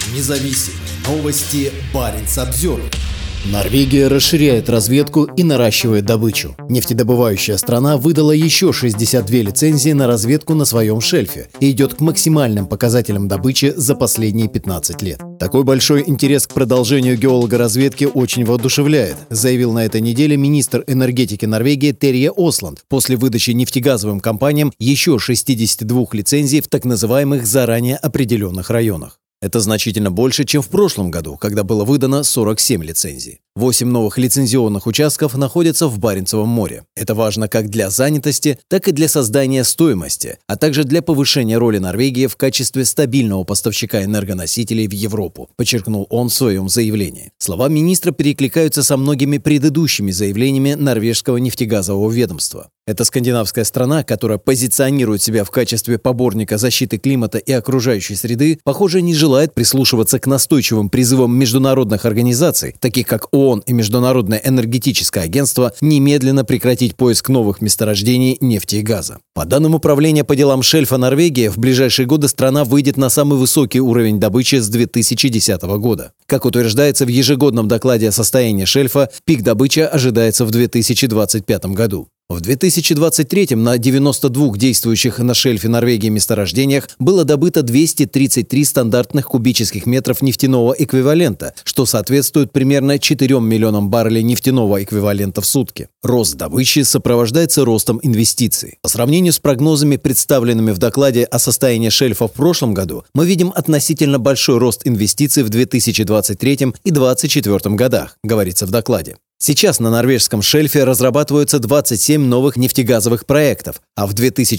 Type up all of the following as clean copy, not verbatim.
Независимые новости. Баренц-Обзервер. Норвегия расширяет разведку и наращивает добычу. Нефтедобывающая страна выдала еще 62 лицензии на разведку на своем шельфе и идет к максимальным показателям добычи за последние 15 лет. Такой большой интерес к продолжению геологоразведки очень воодушевляет, заявил на этой неделе министр энергетики Норвегии Терье Осланд после выдачи нефтегазовым компаниям еще 62 лицензий в так называемых заранее определенных районах. Это значительно больше, чем в прошлом году, когда было выдано 47 лицензий. 8 новых лицензионных участков находятся в Баренцевом море. Это важно как для занятости, так и для создания стоимости, а также для повышения роли Норвегии в качестве стабильного поставщика энергоносителей в Европу, подчеркнул он в своем заявлении. Слова министра перекликаются со многими предыдущими заявлениями норвежского нефтегазового ведомства. Это скандинавская страна, которая позиционирует себя в качестве поборника защиты климата и окружающей среды, похоже, не желает прислушиваться к настойчивым призывам международных организаций, таких как ООН и Международное энергетическое агентство, немедленно прекратить поиск новых месторождений нефти и газа. По данным Управления по делам шельфа Норвегии, в ближайшие годы страна выйдет на самый высокий уровень добычи с 2010 года. Как утверждается в ежегодном докладе о состоянии шельфа, пик добычи ожидается в 2025 году. В 2023-м на 92 действующих на шельфе Норвегии месторождениях было добыто 233 стандартных кубических метров нефтяного эквивалента, что соответствует примерно 4 миллионам баррелей нефтяного эквивалента в сутки. Рост добычи сопровождается ростом инвестиций. По сравнению с прогнозами, представленными в докладе о состоянии шельфа в прошлом году, мы видим относительно большой рост инвестиций в 2023 и 2024 годах, говорится в докладе. Сейчас на норвежском шельфе разрабатываются 27 новых нефтегазовых проектов, а в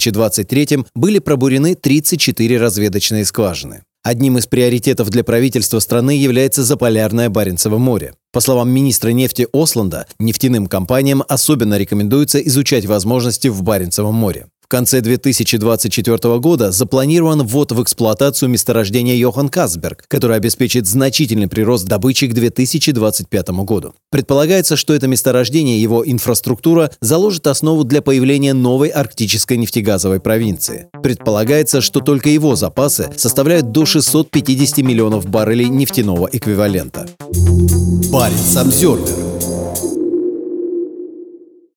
2023 были пробурены 34 разведочные скважины. Одним из приоритетов для правительства страны является заполярное Баренцево море. По словам министра нефти Осланда, нефтяным компаниям особенно рекомендуется изучать возможности в Баренцевом море. В конце 2024 года запланирован ввод в эксплуатацию месторождения Йохан Кастберг, которое обеспечит значительный прирост добычи к 2025 году. Предполагается, что это месторождение и его инфраструктура заложит основу для появления новой арктической нефтегазовой провинции. Предполагается, что только его запасы составляют до 650 миллионов баррелей нефтяного эквивалента. Баренц-Обзервер.